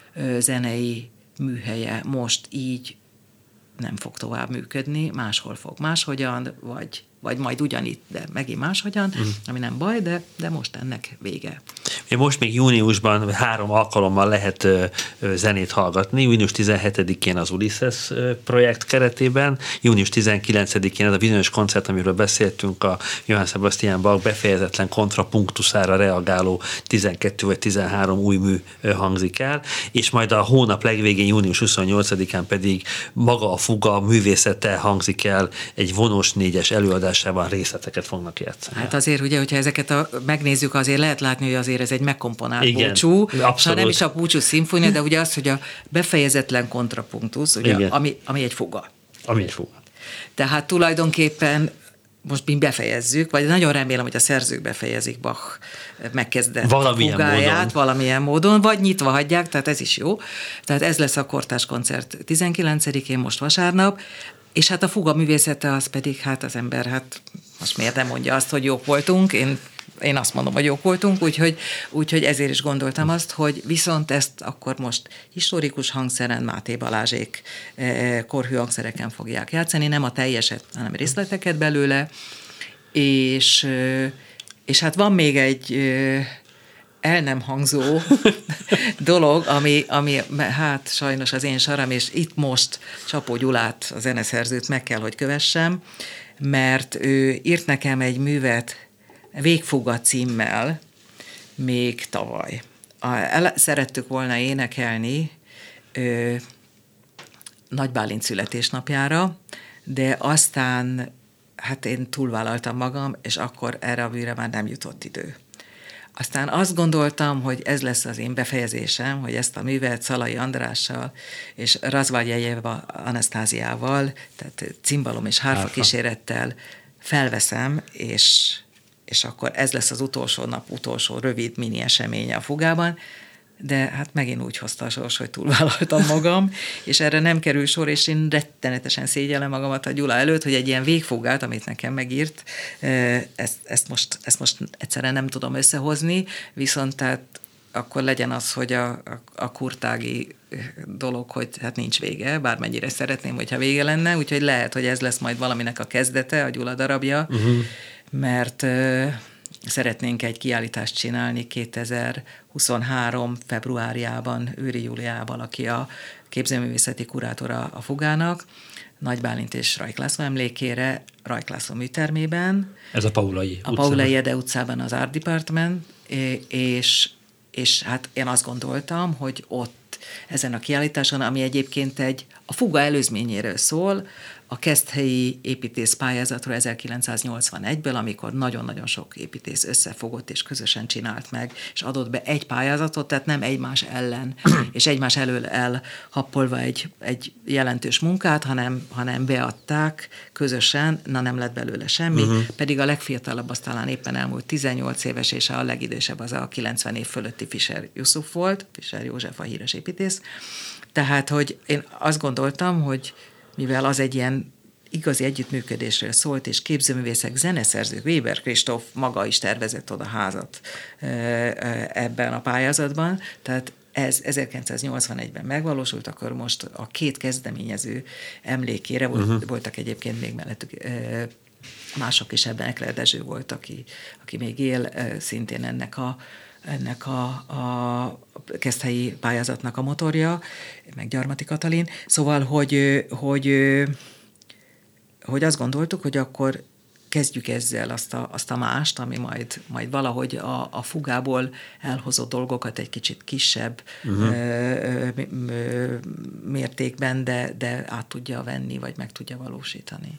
zenei műhelye most így nem fog tovább működni, máshol fog máshogyan, vagy, vagy majd ugyanitt, de megint máshogyan, mm. ami nem baj, de, de most ennek vége. Most még júniusban három alkalommal lehet ö, ö, zenét hallgatni. Június tizenhetedikén az Ulysses ö, projekt keretében, június tizenkilencedikén ez a bizonyos koncert, amiről beszéltünk, a Johann Sebastian Bach befejezetlen kontrapunktuszára reagáló tizenkettő vagy tizenhárom új mű ö, hangzik el, és majd a hónap legvégén, június huszonnyolcadikán pedig maga a fuga művészete hangzik el, egy vonós négyes előadásában részleteket fognak játszani. Hát azért ugye, hogyha ezeket a, megnézzük, azért lehet látni, hogy azért ez egy megkomponált igen, búcsú, és ha nem is a búcsú szimfónia, de ugye az, hogy a befejezetlen kontrapunktusz, ugye, ami, ami egy fuga. Ami egy fuga. Tehát tulajdonképpen most mi befejezzük, vagy nagyon remélem, hogy a szerzők befejezik Bach megkezdett valamilyen fugáját, módon. valamilyen módon, vagy nyitva hagyják, tehát ez is jó. Tehát ez lesz a kortárs koncert tizenkilencedikén, most vasárnap, és hát a fuga művészete az pedig, hát az ember, hát most miért nem mondja azt, hogy jók voltunk, én Én azt mondom, hogy jók voltunk, úgyhogy, úgyhogy ezért is gondoltam azt, hogy viszont ezt akkor most historikus hangszeren Máté Balázsék korhű hangszereken fogják játszani, nem a teljeset, hanem részleteket belőle, és, és hát van még egy el nem hangzó dolog, ami, ami hát sajnos az én saram, és itt most Csapó Gyulát, a zeneszerzőt meg kell, hogy kövessem, mert ő írt nekem egy művet Végfuga címmel még tavaly. A, el, szerettük volna énekelni ö, Nagy Bálint születésnapjára, de aztán hát én túlvállaltam magam, és akkor erre a műre már nem jutott idő. Aztán azt gondoltam, hogy ez lesz az én befejezésem, hogy ezt a művet Szalai Andrással és Razvaljejeva Anasztáziával, tehát cimbalom és hárfa kísérettel felveszem, és és akkor ez lesz az utolsó nap, utolsó rövid mini eseménye a fugában, de hát megint úgy hozta a sors, hogy túlvállaltam magam, és erre nem kerül sor, és én rettenetesen szégyellem magamat a Gyula előtt, hogy egy ilyen végfugát, amit nekem megírt, ezt, ezt, most, ezt most egyszerűen nem tudom összehozni, viszont tehát akkor legyen az, hogy a, a, a kurtági dolog, hogy hát nincs vége, bármennyire szeretném, hogyha vége lenne, úgyhogy lehet, hogy ez lesz majd valaminek a kezdete, a Gyula darabja, uh-huh. mert uh, szeretnénk egy kiállítást csinálni kétezer-huszonhárom februárjában Őri Júliával, aki a képzőművészeti kurátora a fugának, Nagy Bálint és Rajk László emlékére, Rajk László műtermében. Ez a Paulai A Paulai Ede utcában az Art Department, és és hát én azt gondoltam, hogy ott ezen a kiállításon, ami egyébként egy a fuga előzményéről szól, a keszthelyi építész pályázatról ezerkilencszáznyolcvanegyből, amikor nagyon-nagyon sok építész összefogott és közösen csinált meg, és adott be egy pályázatot, tehát nem egymás ellen, és egymás elől elhappolva egy, egy jelentős munkát, hanem, hanem beadták közösen, na nem lett belőle semmi, uh-huh. pedig a legfiatalabb az talán éppen elmúlt tizennyolc éves, és a legidősebb az a kilencven év fölötti Fischer Jusuf volt, Fischer József a híres építész. Tehát, hogy én azt gondoltam, hogy mivel az egy ilyen igazi együttműködésről szólt, és képzőművészek, zeneszerzők, Weber Kristóf maga is tervezett oda házat ebben a pályázatban, tehát ez ezerkilencszáznyolcvanegyben megvalósult, akkor most a két kezdeményező emlékére uh-huh. voltak egyébként még mellettük mások is, ebben Ekler Dezső volt, aki, aki még él, szintén ennek a ennek a, a keszthelyi pályázatnak a motorja, meg Gyarmati Katalin. Szóval, hogy, hogy, hogy azt gondoltuk, hogy akkor kezdjük ezzel azt a, azt a mást, ami majd, majd valahogy a, a fugából elhozott dolgokat egy kicsit kisebb uh-huh. ö, ö, mértékben, de, de át tudja venni, vagy meg tudja valósítani.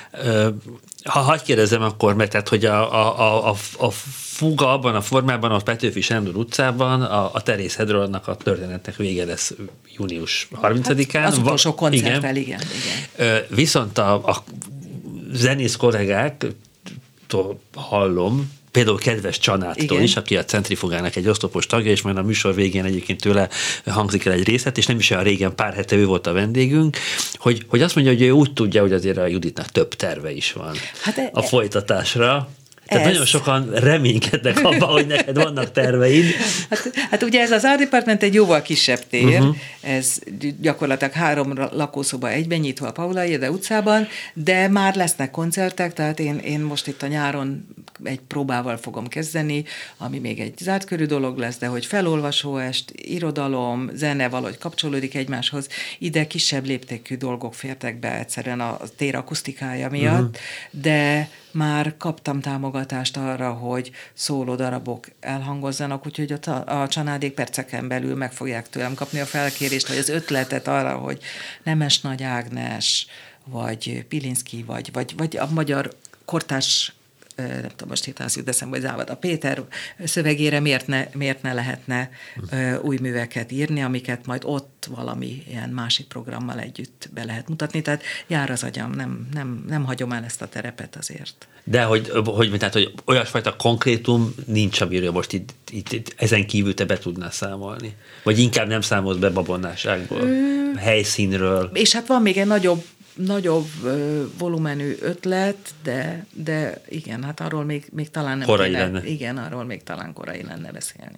Ha hagyj kérdezem akkor, mert tehát, hogy a, a, a, a fuga abban a formában, a Petőfi Sándor utcában a, a Terész Hedronnak a történetnek vége lesz június harmincadikán. Hát az utolsó koncerttel, igen. igen. Viszont a, a zenész kollégáktól hallom, például kedves Csanától Igen. is, aki a Centrifugának egy oszlopos tagja, és majd a műsor végén egyébként tőle hangzik el egy részlet, és nem is olyan régen, pár hete ő volt a vendégünk, hogy, hogy azt mondja, hogy ő úgy tudja, hogy azért a Juditnak több terve is van hát e, a folytatásra. Tehát ez. Nagyon sokan reménykednek abban, hogy neked vannak terveid. Hát, hát ugye ez az Art Department egy jóval kisebb tér, uh-huh. ez gyakorlatilag három lakószoba egyben nyitva a Paula Ede utcában, de már lesznek koncertek, tehát én, én most itt a nyáron egy próbával fogom kezdeni, ami még egy zárt körű dolog lesz, de hogy felolvasóest, irodalom, zene valahogy kapcsolódik egymáshoz, ide kisebb léptékű dolgok fértek be egyszerűen a tér akusztikája miatt, uh-huh. de már kaptam támogatást arra, hogy szóló darabok elhangozzanak, úgyhogy a, a csanádék perceken belül meg fogják tőlem kapni a felkérést, vagy az ötletet arra, hogy Nemes Nagy Ágnes, vagy Pilinszky, vagy, vagy, vagy a magyar kortárs, nem tudom, most hirtelen jut eszembe, hogy Závada Péter szövegére miért ne, miért ne lehetne uh, új műveket írni, amiket majd ott valami ilyen másik programmal együtt be lehet mutatni. Tehát jár az agyam, nem, nem, nem hagyom el ezt a terepet azért. De hogy, hogy, tehát, hogy olyasfajta konkrétum nincs, amiről most itt, itt, itt ezen kívül te be tudnál számolni? Vagy inkább nem számolsz be babonnáságból, hmm. helyszínről? És hát van még egy nagyobb nagyobb ö, volumenű ötlet, de, de igen, hát arról még, még talán nem korai kéne, lenne. Igen, arról még talán korai lenne beszélni.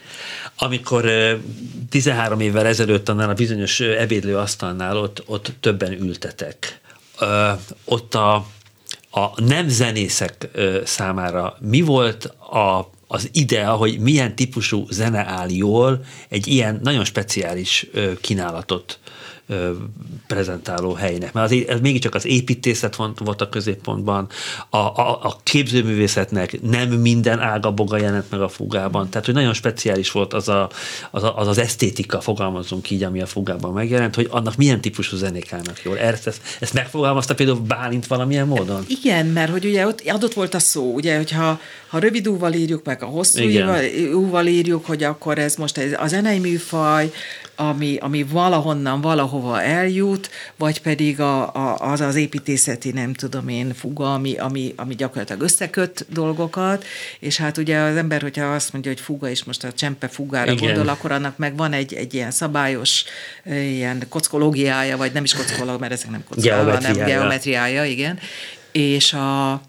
Amikor tizenhárom évvel ezelőtt annál a bizonyos ebédlőasztalnál ott, ott többen ültetek, ö, ott a, a nem zenészek ö, számára mi volt a az idea, hogy milyen típusú zene áll jól egy ilyen nagyon speciális ö, kínálatot ö, prezentáló helynek. Mert az, ez mégiscsak az építészet volt a középpontban, a, a, a képzőművészetnek nem minden ága boga jelent meg a fugában, tehát hogy nagyon speciális volt az a, az, a, az, az esztétika, fogalmazzunk így, ami a fugában megjelent, hogy annak milyen típusú zenék állnak jól. Ezt, ezt, ezt megfogalmazta például Bálint valamilyen módon? Igen, mert hogy ugye ott adott volt a szó, ugye, hogyha ha rövid úval írjuk, meg a hosszú úval írjuk, hogy akkor ez most ez a zenei műfaj, ami, ami valahonnan, valahova eljut, vagy pedig a, a, az az építészeti, nem tudom én, fuga, ami, ami, ami gyakorlatilag összeköt dolgokat, és hát ugye az ember, hogyha azt mondja, hogy fuga, és most a csempe fugára Igen. gondol, akkor annak meg van egy, egy ilyen szabályos, ilyen kockológiája, vagy nem is kockológia, mert ezek nem kockológia, hanem geometriája, igen. És a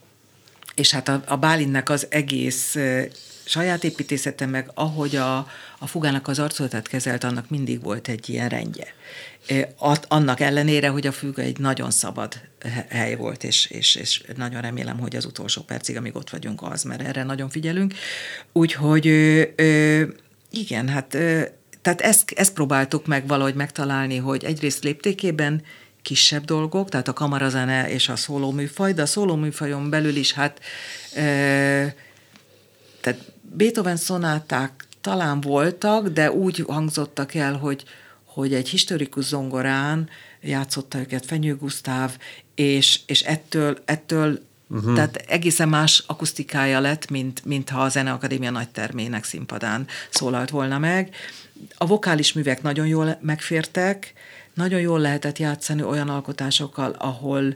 És hát a, a Bálintnek az egész e, saját építészete, meg ahogy a, a fugának az arculatát kezelt, annak mindig volt egy ilyen rendje. E, at, annak ellenére, hogy a fuga egy nagyon szabad hely volt, és, és, és nagyon remélem, hogy az utolsó percig, amíg ott vagyunk, az, mert erre nagyon figyelünk. Úgyhogy ö, ö, igen, hát ö, tehát ezt, ezt próbáltuk meg valahogy megtalálni, hogy egyrészt léptékében kisebb dolgok, tehát a kamarazene és a szólóműfaj, de a szólóműfajon belül is hát e, tehát Beethoven szonáták talán voltak, de úgy hangzottak el, hogy, hogy egy historikus zongorán játszotta őket Fenyő Gusztáv, és, és ettől, ettől uh-huh. tehát egészen más akusztikája lett, mint, mint ha a Zeneakadémia nagytermének színpadán szólalt volna meg. A vokális művek nagyon jól megfértek, nagyon jól lehetett játszani olyan alkotásokkal, ahol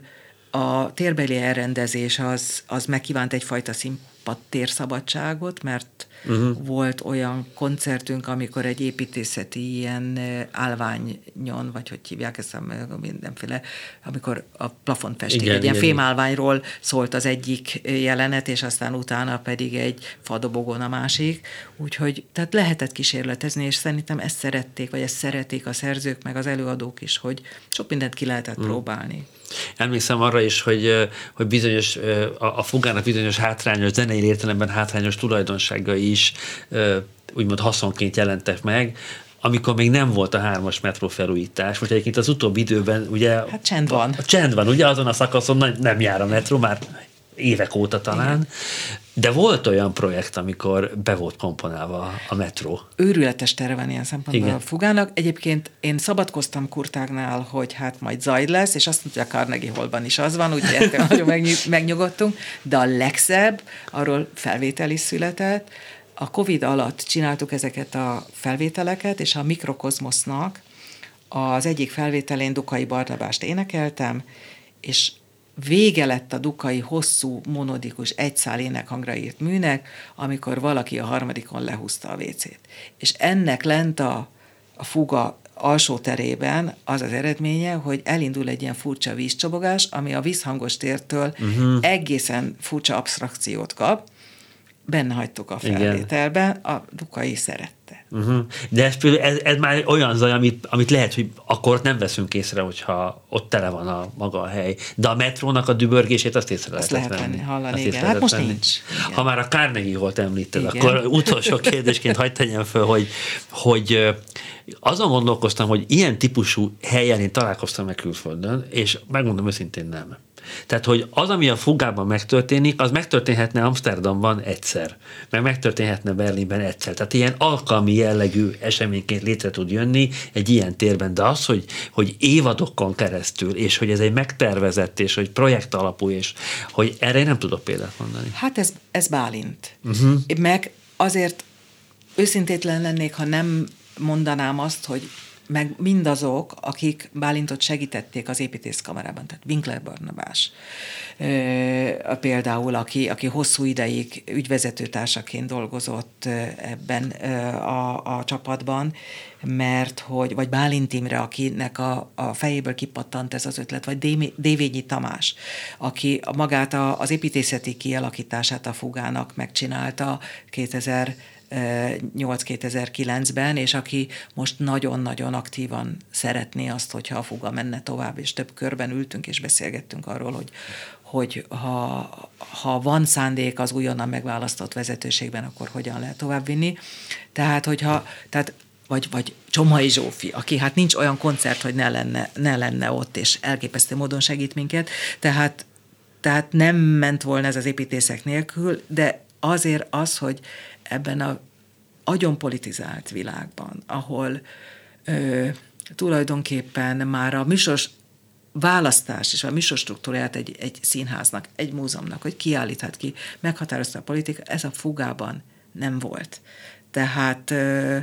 a térbeli elrendezés az, az megkívánt egyfajta színpadtérszabadságot, mert uh-huh. volt olyan koncertünk, amikor egy építészeti ilyen állványon, vagy hogy hívják ezt, mindenféle, amikor a plafont festék, igen, egy ilyen igen. fémállványról szólt az egyik jelenet, és aztán utána pedig egy fadobogon a másik, úgyhogy tehát lehetett kísérletezni, és szerintem ezt szerették, vagy ezt szerették a szerzők, meg az előadók is, hogy sok mindent ki lehetett uh-huh. próbálni. Emlékszem arra is, hogy, hogy bizonyos, a, a fugának bizonyos hátrányos, zenei értelemben hátrányos tulajdonságai is úgymond haszonként jelentek meg, amikor még nem volt a hármas metró felújítás. Most egyébként az utóbbi időben ugye... Hát csend van. A, a csend van, ugye azon a szakaszon nem, nem jár a metró, már évek óta talán. Igen. De volt olyan projekt, amikor be volt komponálva a metró. Őrületes tere van ilyen szempontból a fugának. Egyébként én szabadkoztam Kurtágnál, hogy hát majd Zajd lesz, és azt mondja, a Carnegie Hallban is az van, úgyhogy nagyon megnyugodtunk, de a legszebb, arról felvétel is született. A Covid alatt csináltuk ezeket a felvételeket, és a Mikrokozmosznak az egyik felvételén Dukai Barnabást énekeltem, és vége lett a Dukai hosszú, monodikus, egyszál énekhangra írt műnek, amikor valaki a harmadikon lehúzta a vécét. És ennek lent a, a fuga alsó terében az az eredménye, hogy elindul egy ilyen furcsa vízcsobogás, ami a vízhangos tértől uh-huh. egészen furcsa absztrakciót kap. Benne hagytuk a felvételben, a Dukai szerette. Uh-huh. De ez, ez, ez már olyan zaj, amit, amit lehet, hogy akkor nem veszünk észre, hogyha ott tele van a maga a hely. De a metrónak a dübörgését azt észre azt lehet venni. venni. Hallani, igen. Hát most venni. nincs. Igen. Ha már a Carnegie Hallt említed, igen. akkor utolsó kérdésként hagyd tegyem föl, hogy, hogy azon gondolkoztam, hogy ilyen típusú helyen én találkoztam meg külföldön, és megmondom őszintén nem. Tehát, hogy az, ami a fugában megtörténik, az megtörténhetne Amsterdamban egyszer, meg megtörténhetne Berlinben egyszer. Tehát ilyen alkalmi jellegű eseményként létre tud jönni egy ilyen térben, de az, hogy, hogy évadokon keresztül, és hogy ez egy megtervezett, és hogy projekt alapú, és hogy erre én nem tudok példát mondani. Hát ez, ez Bálint. Uh-huh. Meg azért őszintétlen lennék, ha nem mondanám azt, hogy meg mindazok, akik Bálintot segítették az építészkamarában, tehát Winkler Barnabás, például, aki, aki hosszú ideig ügyvezetőtársaként dolgozott ebben a, a csapatban, mert hogy, vagy Bálint Imre, akinek a, a fejéből kipattant ez az ötlet, vagy Dévényi Tamás, aki magát a, az építészeti kialakítását a fugának megcsinálta kétezer-nyolc kétezer-kilencben, és aki most nagyon-nagyon aktívan szeretné azt, hogyha a fuga menne tovább, és több körben ültünk és beszélgettünk arról, hogy, hogy ha, ha van szándék az újonnan megválasztott vezetőségben, akkor hogyan lehet továbbvinni. Tehát, hogyha, tehát vagy, vagy Csomai Zsófi, aki hát nincs olyan koncert, hogy ne lenne, ne lenne ott, és elképesztő módon segít minket, tehát, tehát nem ment volna ez az építészek nélkül, de azért az, hogy ebben a agyon politizált világban, ahol ö, tulajdonképpen már a műsors választás és a műsorstruktúráját egy, egy színháznak, egy múzeumnak, hogy kiállíthat ki, meghatározta a politika, ez a fugában nem volt. Tehát ö,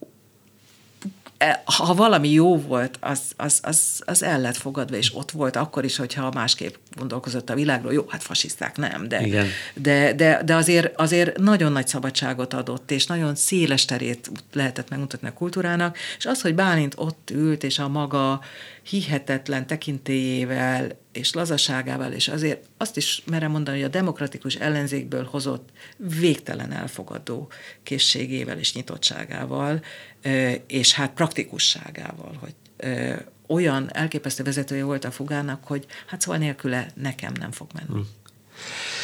ha valami jó volt, az, az, az, az el lett fogadva, és ott volt akkor is, hogyha másképp gondolkozott a világról. Jó, hát fasiszták nem, de, de, de, de azért, azért nagyon nagy szabadságot adott, és nagyon széles terét lehetett megmutatni a kultúrának, és az, hogy Bálint ott ült, és a maga hihetetlen tekintélyével és lazaságával, és azért azt is merem mondani, hogy a demokratikus ellenzékből hozott végtelen elfogadó készségével és nyitottságával, és hát praktikusságával, hogy olyan elképesztő vezetője volt a fugának, hogy hát szóval nélküle nekem nem fog menni.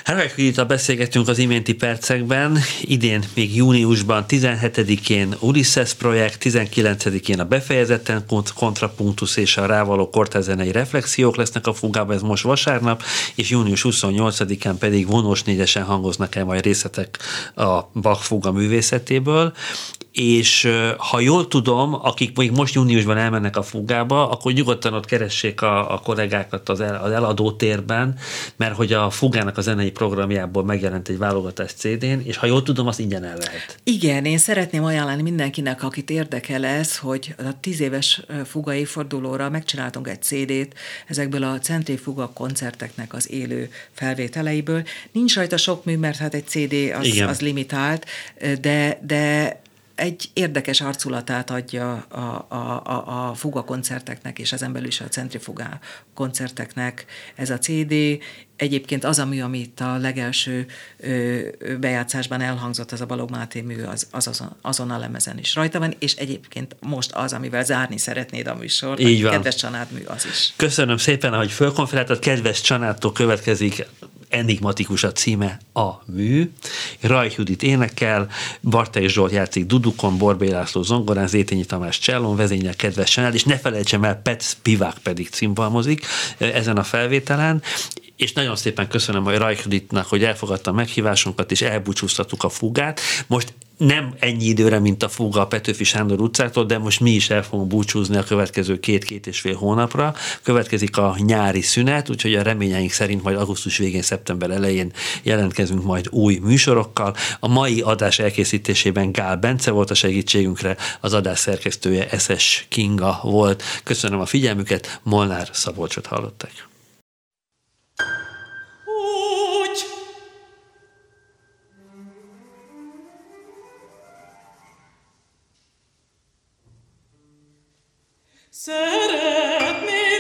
Rajk Judittal beszélgettünk az iménti percekben, idén még júniusban tizenhetedikén Ulysses projekt, tizenkilencedikén a befejezetten kontrapunktus és a rávaló kortázenei reflexiók lesznek a fugában, ez most vasárnap, és június huszonnyolcadikán pedig vonós négyesen hangoznak el majd részletek a Bach fuga művészetéből, és ha jól tudom, akik még most júniusban elmennek a fugába, akkor nyugodtan ott keressék a, a kollégákat az, el, az eladó térben, mert hogy a fugának a zenei programjából megjelent egy válogatás cé dén, és ha jól tudom, azt ingyen el lehet. Igen, én szeretném ajánlani mindenkinek, akit érdekel ez, hogy a tíz éves fuga évfordulóra megcsináltunk egy cé dét ezekből a centrifuga koncerteknek az élő felvételeiből. Nincs rajta sok mű, mert hát egy cé dé az, az limitált, de, de egy érdekes arculatát adja a, a, a, a fuga koncerteknek, és ezen belül is a centrifuga koncerteknek ez a cé dé. Egyébként az a mű, ami itt a legelső ö, bejátszásban elhangzott, az a Balogh Máté mű, az, az azon, azon a lemezen is rajta van, és egyébként most az, amivel zárni szeretnéd a műsort, így van. Kedves Csanádmű, az is. Köszönöm szépen, ahogy fölkonferáltad, Kedves Csanádtól következik enigmatikus a címe, a mű. Rajk Judit énekel, Bartai Zsolt játszik dudukon, Borbély László zongorán, Zétényi Tamás csellón, vezényel Kedves Csanád, és ne felejtsem el, Pet Spivák pedig cimbalmozik ezen a felvételen, és nagyon szépen köszönöm a Rajk Juditnak, hogy elfogadta a meghívásunkat, és elbúcsúztattuk a fugát. Most nem ennyi időre, mint a fuga a Petőfi Sándor utcától, de most mi is el fogunk búcsúzni a következő két-két és fél hónapra. Következik a nyári szünet, úgyhogy a reményeink szerint majd augusztus végén, szeptember elején jelentkezünk majd új műsorokkal. A mai adás elkészítésében Gál Bence volt a segítségünkre, az adás szerkesztője Eszes Kinga volt. Köszönöm a figyelmüket, Molnár Szabolcsot hallották. Szeretném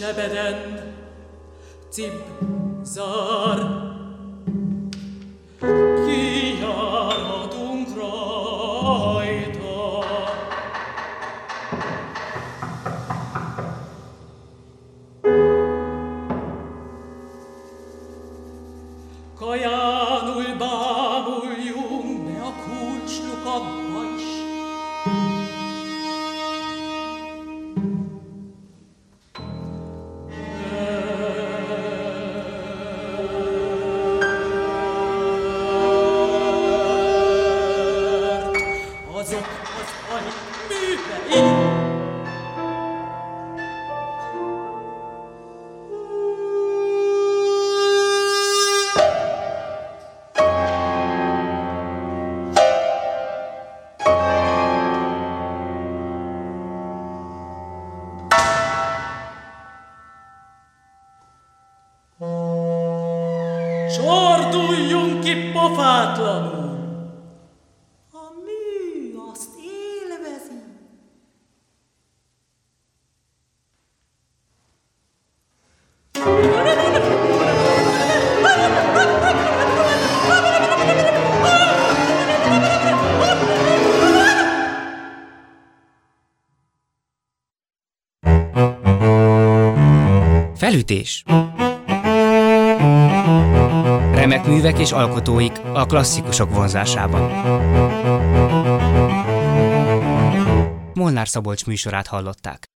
Csebeden, cib, zár, kijárhatunk rajta. Kajánul bámuljunk be a kulcslukatba is. Azok az anyag művei. Sorduljunk ki pofátlanul! A mű azt élvezi. Felütés. Remek művek és alkotóik a klasszikusok vonzásában. Molnár Szabolcs műsorát hallották.